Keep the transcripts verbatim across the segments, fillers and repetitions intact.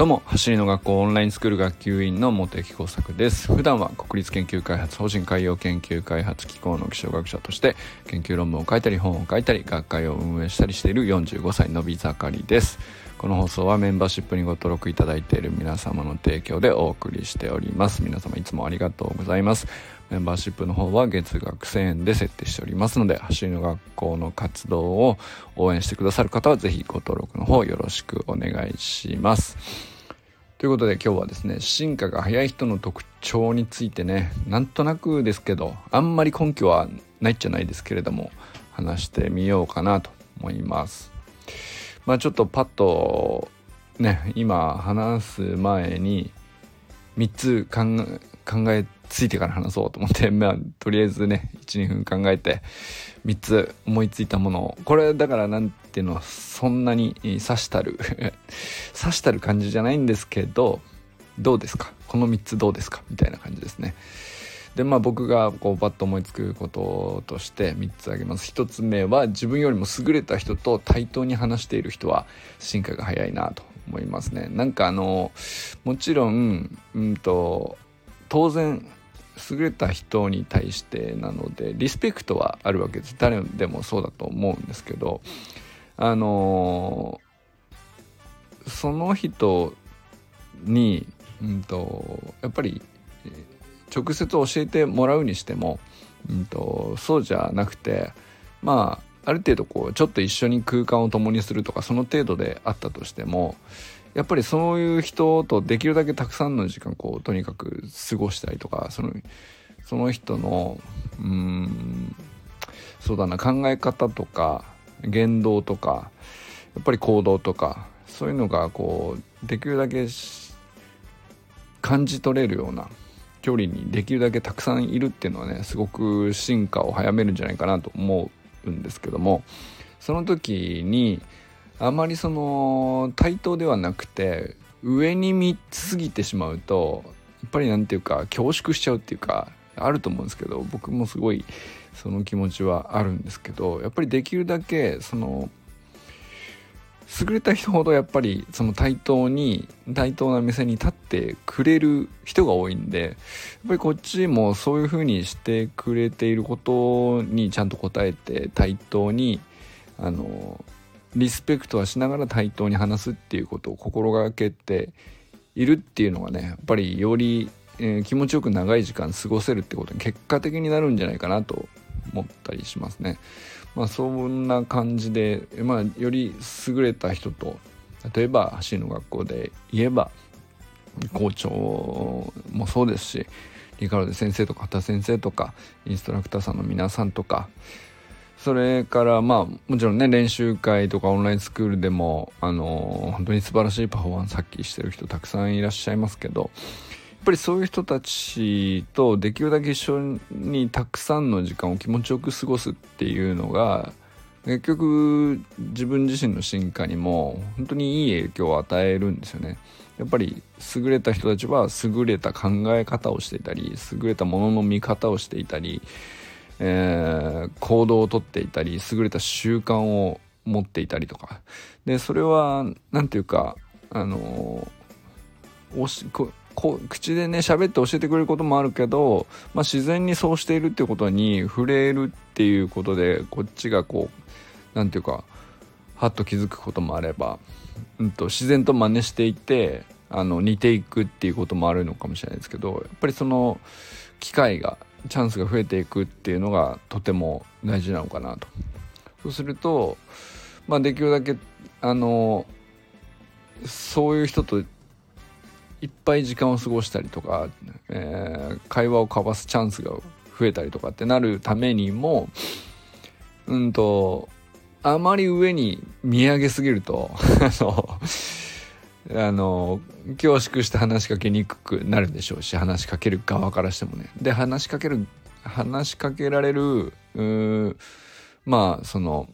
どうも、走りの学校オンラインスクール学級委員の茂木耕作です。普段は国立研究開発法人海洋研究開発機構の気象学者として研究論文を書いたり本を書いたり学会を運営したりしているよんじゅうごさいのび盛りです。この放送はメンバーシップにご登録いただいている皆様の提供でお送りしております。皆様いつもありがとうございます。メンバーシップの方は月額せんえんで設定しておりますので、走りの学校の活動を応援してくださる方はぜひご登録の方よろしくお願いします。ということで今日はですね、進化が早い人の特徴についてね、なんとなくですけど、あんまり根拠はないっちゃないですけれども話してみようかなと思います。まあちょっとパッとね、今話す前にみっつ考え、考えついてから話そうと思って、まあとりあえずね いちにふん考えてみっつ思いついたものを、これだからなんていうの、そんなに指したる指したる感じじゃないんですけど、どうですか、このみっつどうですかみたいな感じですね。でまあ僕がこうパッと思いつくこととしてみっつ挙げます。ひとつめは、自分よりも優れた人と対等に話している人は進化が早いなと思いますね。なんかあのもちろん、うんと当然優れた人に対してなのでリスペクトはあるわけです。誰でもそうだと思うんですけど、あのー、その人に、うんとやっぱり直接教えてもらうにしても、うんとそうじゃなくて、まあある程度こうちょっと一緒に空間を共にするとか、その程度であったとしても、やっぱりそういう人とできるだけたくさんの時間こうとにかく過ごしたりとか、そのその人のうーんそうだな考え方とか言動とかやっぱり行動とか、そういうのがこうできるだけ感じ取れるような距離にできるだけたくさんいるっていうのはね、すごく進化を早めるんじゃないかなと思うんですけども、その時にあまりその対等ではなくて上に見すぎてしまうと、やっぱりなんていうか恐縮しちゃうっていうかあると思うんですけど、僕もすごいその気持ちはあるんですけど、やっぱりできるだけその優れた人ほどやっぱりその対等に対等な目線に立ってくれる人が多いんで、やっぱりこっちもそういう風にしてくれていることにちゃんと応えて対等にあのリスペクトはしながら対等に話すっていうことを心がけているっていうのがね、やっぱりより、えー、気持ちよく長い時間過ごせるってことに結果的になるんじゃないかなと思ったりしますね。まあそんな感じで、まあより優れた人と、例えば走りの学校で言えば校長もそうですし、リカルド先生とか畑先生とかインストラクターさんの皆さんとか、それからまあもちろんね練習会とかオンラインスクールでもあのー、本当に素晴らしいパフォーマンス発揮してる人たくさんいらっしゃいますけど、やっぱりそういう人たちとできるだけ一緒にたくさんの時間を気持ちよく過ごすっていうのが結局自分自身の進化にも本当にいい影響を与えるんですよね。やっぱり優れた人たちは優れた考え方をしていたり、優れたものの見方をしていたり、えー、行動をとっていたり、優れた習慣を持っていたりとかで、それはなんていうかあのおしここ口でね喋って教えてくれることもあるけど、まあ、自然にそうしているっていうことに触れるっていうことで、こっちがこうなんていうかハッと気づくこともあれば、うんと自然と真似していてあの似ていくっていうこともあるのかもしれないですけど、やっぱりその機会がチャンスが増えていくっていうのがとても大事なのかなと。そうすると、まあ、できるだけあのそういう人といっぱい時間を過ごしたりとか、えー、会話を交わすチャンスが増えたりとかってなるためにも、うんとあまり上に見上げすぎるとあのあの恐縮して話しかけにくくなるでしょうし、話しかける側からしてもね。で話しかける話しかけられるうまあその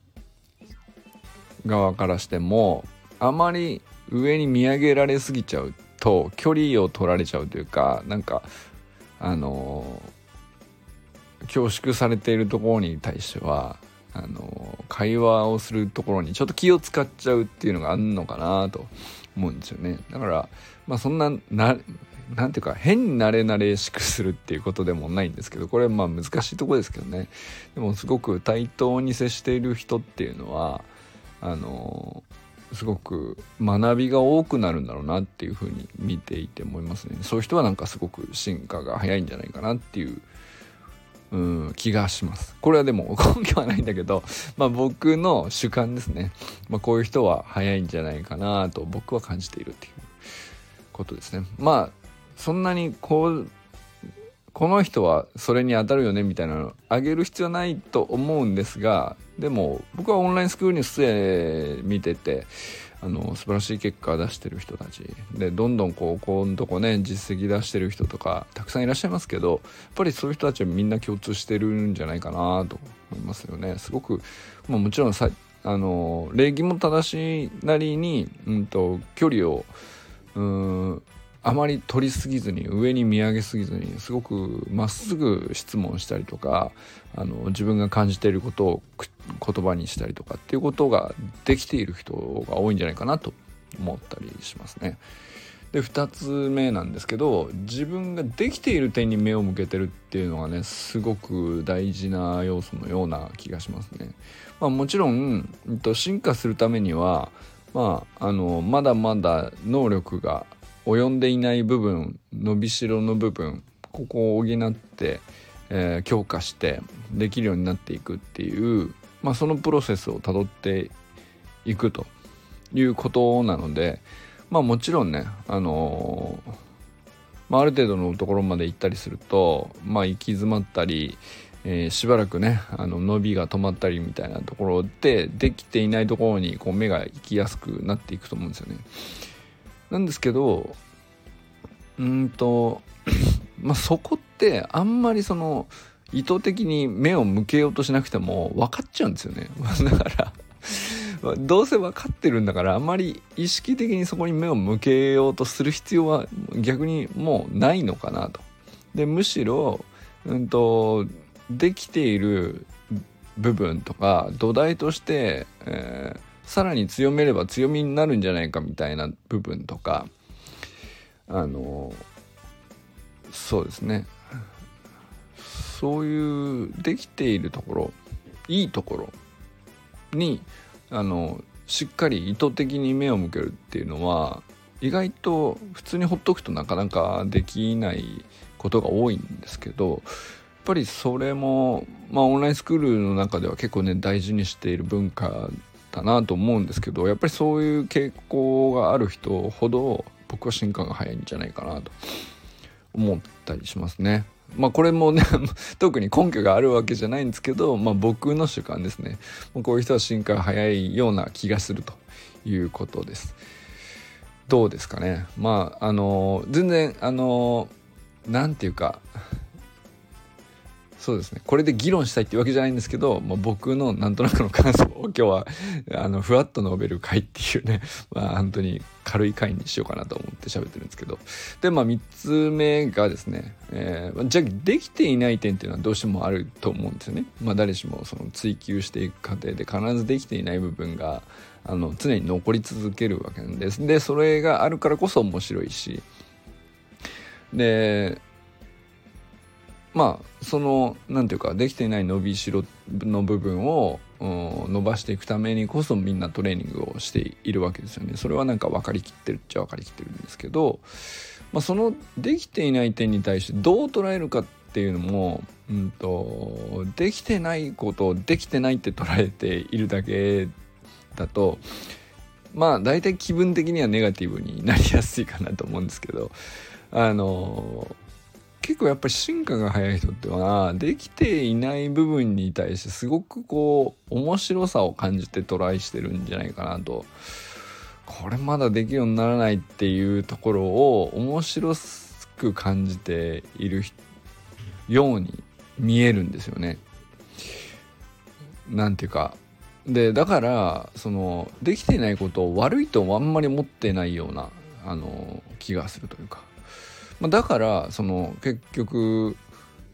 側からしても、あまり上に見上げられすぎちゃうと距離を取られちゃうというか、なんかあの恐縮されているところに対してはあの会話をするところにちょっと気を使っちゃうっていうのがあるのかなと思うんですよね。だからまあそんなななんていうか変に慣れ慣れしくするっていうことでもないんですけど、これはまあ難しいところですけどね。でもすごく対等に接している人っていうのはあのすごく学びが多くなるんだろうなっていうふうに見ていて思いますね。そういう人はなんかすごく進化が早いんじゃないかなっていううん気がします。これはでも根拠はないんだけど、まあ僕の主観ですね。まあこういう人は早いんじゃないかなと僕は感じているっていうことですね。まあそんなにこうこの人はそれに当たるよねみたいなのをあげる必要はないと思うんですが、でも僕はオンラインスクールに出見ててあの素晴らしい結果を出してる人たちで、どんどんこうこのとこね実績出してる人とかたくさんいらっしゃいますけど、やっぱりそういう人たちはみんな共通してるんじゃないかなと思いますよね。すごく、まあ、もちろんさあの礼儀も正しいなりに、うんと距離をうーんあまり取りすぎずに上に見上げすぎずにすごくまっすぐ質問したりとか、あの自分が感じていることを言葉にしたりとかっていうことができている人が多いんじゃないかなと思ったりしますね。でふたつめなんですけど、自分ができている点に目を向けてるっていうのがねすごく大事な要素のような気がしますね。まあ、もちろん進化するためには、まあ、あのまだまだ能力が及んでいない部分、伸びしろの部分、ここを補って、えー、強化してできるようになっていくっていう、まあ、そのプロセスをたどっていくということなので、まあもちろんね、あのーまあ、ある程度のところまで行ったりすると、まあ、行き詰まったり、えー、しばらくねあの伸びが止まったりみたいなところでできていないところにこう目が行きやすくなっていくと思うんですよね。なんですけどうんとまあそこってあんまりその意図的に目を向けようとしなくても分かっちゃうんですよね。だからどうせ分かってるんだからあんまり意識的にそこに目を向けようとする必要は逆にもうないのかなと。でむしろ、うんと、できている部分とか土台として、えーさらに強めれば強みになるんじゃないかみたいな部分とか、あのそうですね、そういうできているところ、いいところにあのしっかり意図的に目を向けるっていうのは意外と普通にほっとくとなかなかできないことが多いんですけど、やっぱりそれも、まあ、オンラインスクールの中では結構ね大事にしている文化だなと思うんですけど、やっぱりそういう傾向がある人ほど僕は進化が早いんじゃないかなと思ったりしますね。まあこれもね特に根拠があるわけじゃないんですけど、まあ僕の主観ですね。こういう人は進化が早いような気がするということです。どうですかね。まああの全然あのなんていうかそうですね、これで議論したいっていうわけじゃないんですけど、まあ、僕のなんとなくの感想を今日はあのふわっと述べる回っていうね、まあ、本当に軽い回にしようかなと思って喋ってるんですけど、でまあみっつめがですね、えー、じゃあできていない点っていうのはどうしてもあると思うんですよね。まあ誰しもその追求していく過程で必ずできていない部分があの常に残り続けるわけなんです。でそれがあるからこそ面白いし、でまあそのなんていうかできていない伸びしろの部分を、うん、伸ばしていくためにこそみんなトレーニングをしているわけですよね。それはなんか分かりきってるっちゃ分かりきってるんですけど、まあ、そのできていない点に対してどう捉えるかっていうのも、うんと、できてないことをできてないって捉えているだけだとまあ大体気分的にはネガティブになりやすいかなと思うんですけど、あの結構やっぱり進化が早い人ってはできていない部分に対してすごくこう面白さを感じてトライしてるんじゃないかなと。これまだできるようにならないっていうところを面白く感じているように見えるんですよね。なんていうかでだからそのできていないことを悪いとあんまり思ってないようなあの気がするというか、まあ、だからその結局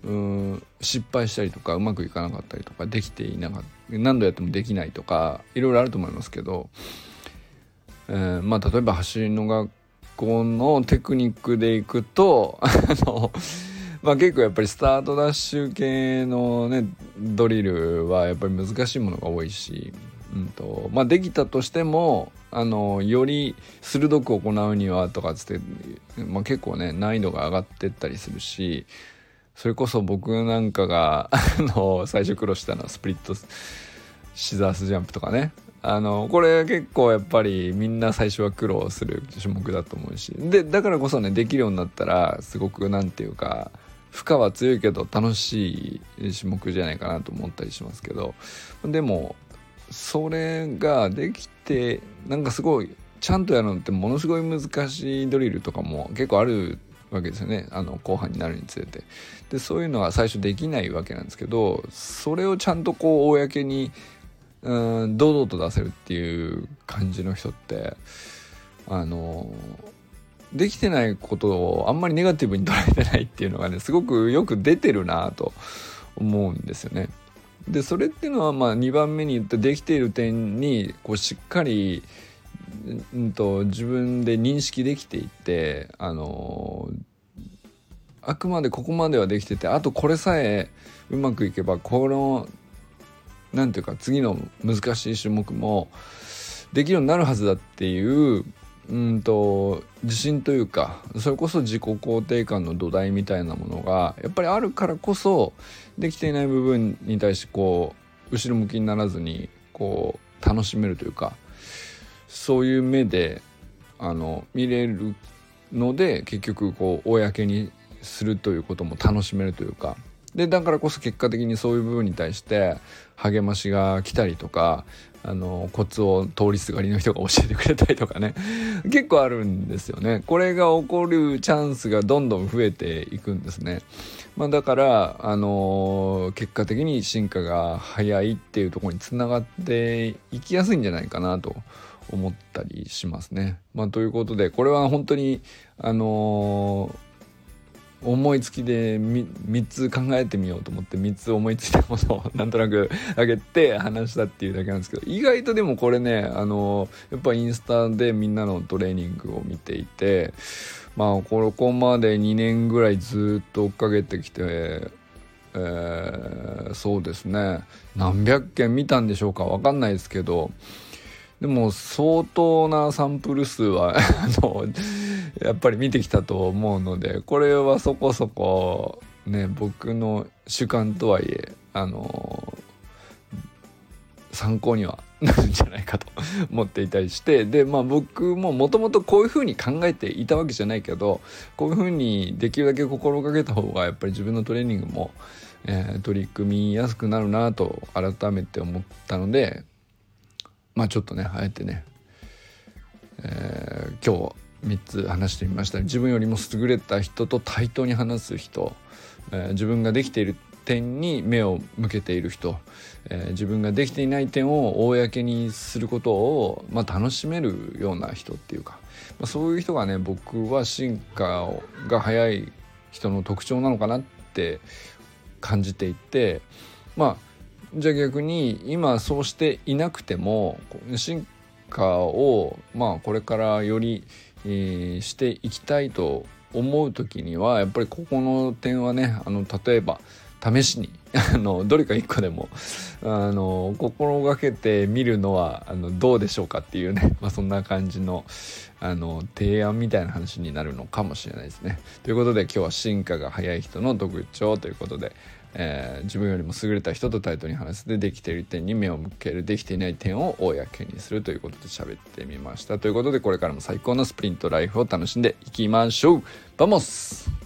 うん失敗したりとかうまくいかなかったりとかできていなかった何度やってもできないとかいろいろあると思いますけど、えー、まあ例えば走りの学校のテクニックでいくとあのまあ結構やっぱりスタートダッシュ系のねドリルはやっぱり難しいものが多いし、うんとまあ、できたとしてもあのより鋭く行うにはとかつって、まあ、結構ね難易度が上がってったりするし、それこそ僕なんかがあの最初苦労したのはスプリットシザースジャンプとかね、あのこれ結構やっぱりみんな最初は苦労する種目だと思うし、でだからこそねできるようになったらすごくなんていうか負荷は強いけど楽しい種目じゃないかなと思ったりしますけど、でもそれができてなんかすごいちゃんとやるのってものすごい難しいドリルとかも結構あるわけですよね、あの後半になるにつれて。でそういうのは最初できないわけなんですけど、それをちゃんとこう公にうん堂々と出せるっていう感じの人ってあのできてないことをあんまりネガティブに捉えてないっていうのがねすごくよく出てるなと思うんですよね。でそれっていうのはまあにばんめに言ったできている点にこうしっかりうんと自分で認識できていて、あのあくまでここまではできてて、あとこれさえうまくいけばこのなんていうか次の難しい種目もできるようになるはずだっていううんと自信というか、それこそ自己肯定感の土台みたいなものがやっぱりあるからこそできていない部分に対してこう後ろ向きにならずにこう楽しめるというか、そういう目であの見れるので結局こう公にするということも楽しめるというか、でだからこそ結果的にそういう部分に対して励ましが来たりとか、あのコツを通りすがりの人が教えてくれたりとかね結構あるんですよね。これが起こるチャンスがどんどん増えていくんですね。まあ、だからあの結果的に進化が早いっていうところにつながっていきやすいんじゃないかなと思ったりしますね。まあ、ということでこれは本当にあのー思いつきで み, みっつ考えてみようと思ってみっつ思いついたものをなんとなく上げて話したっていうだけなんですけど、意外とでもこれねあのやっぱインスタでみんなのトレーニングを見ていて、まあここまでにねんぐらいずっと追っかけてきて、えー、そうですね何百件見たんでしょうか、わかんないですけど、でも相当なサンプル数はあのやっぱり見てきたと思うので、これはそこそこね僕の主観とはいえあの参考にはなるんじゃないかと思っていたりして、でまあ僕ももともとこういう風に考えていたわけじゃないけど、こういう風にできるだけ心がけた方がやっぱり自分のトレーニングも、えー、取り組みやすくなるなと改めて思ったので、まあちょっとねあえてね、えー、今日みっつ話してみました。自分よりも優れた人と対等に話す人、えー、自分ができている点に目を向けている人、えー、自分ができていない点を公にすることを、まあ、楽しめるような人っていうか、まあ、そういう人がね僕は進化が早い人の特徴なのかなって感じていて、まあじゃあ逆に今そうしていなくても進化をまあこれからより、えー、していきたいと思う時にはやっぱりここの点はねあの例えば試しにあのどれか一個でもあの心がけてみるのはあのどうでしょうかっていうね、まあ、そんな感じのあの提案みたいな話になるのかもしれないですね。ということで今日は進化が早い人の特徴ということで、えー、自分よりも優れた人と対等に話すでできている点に目を向ける、できていない点を公にするということで喋ってみました。ということでこれからも最高のスプリントライフを楽しんでいきましょう。バモス。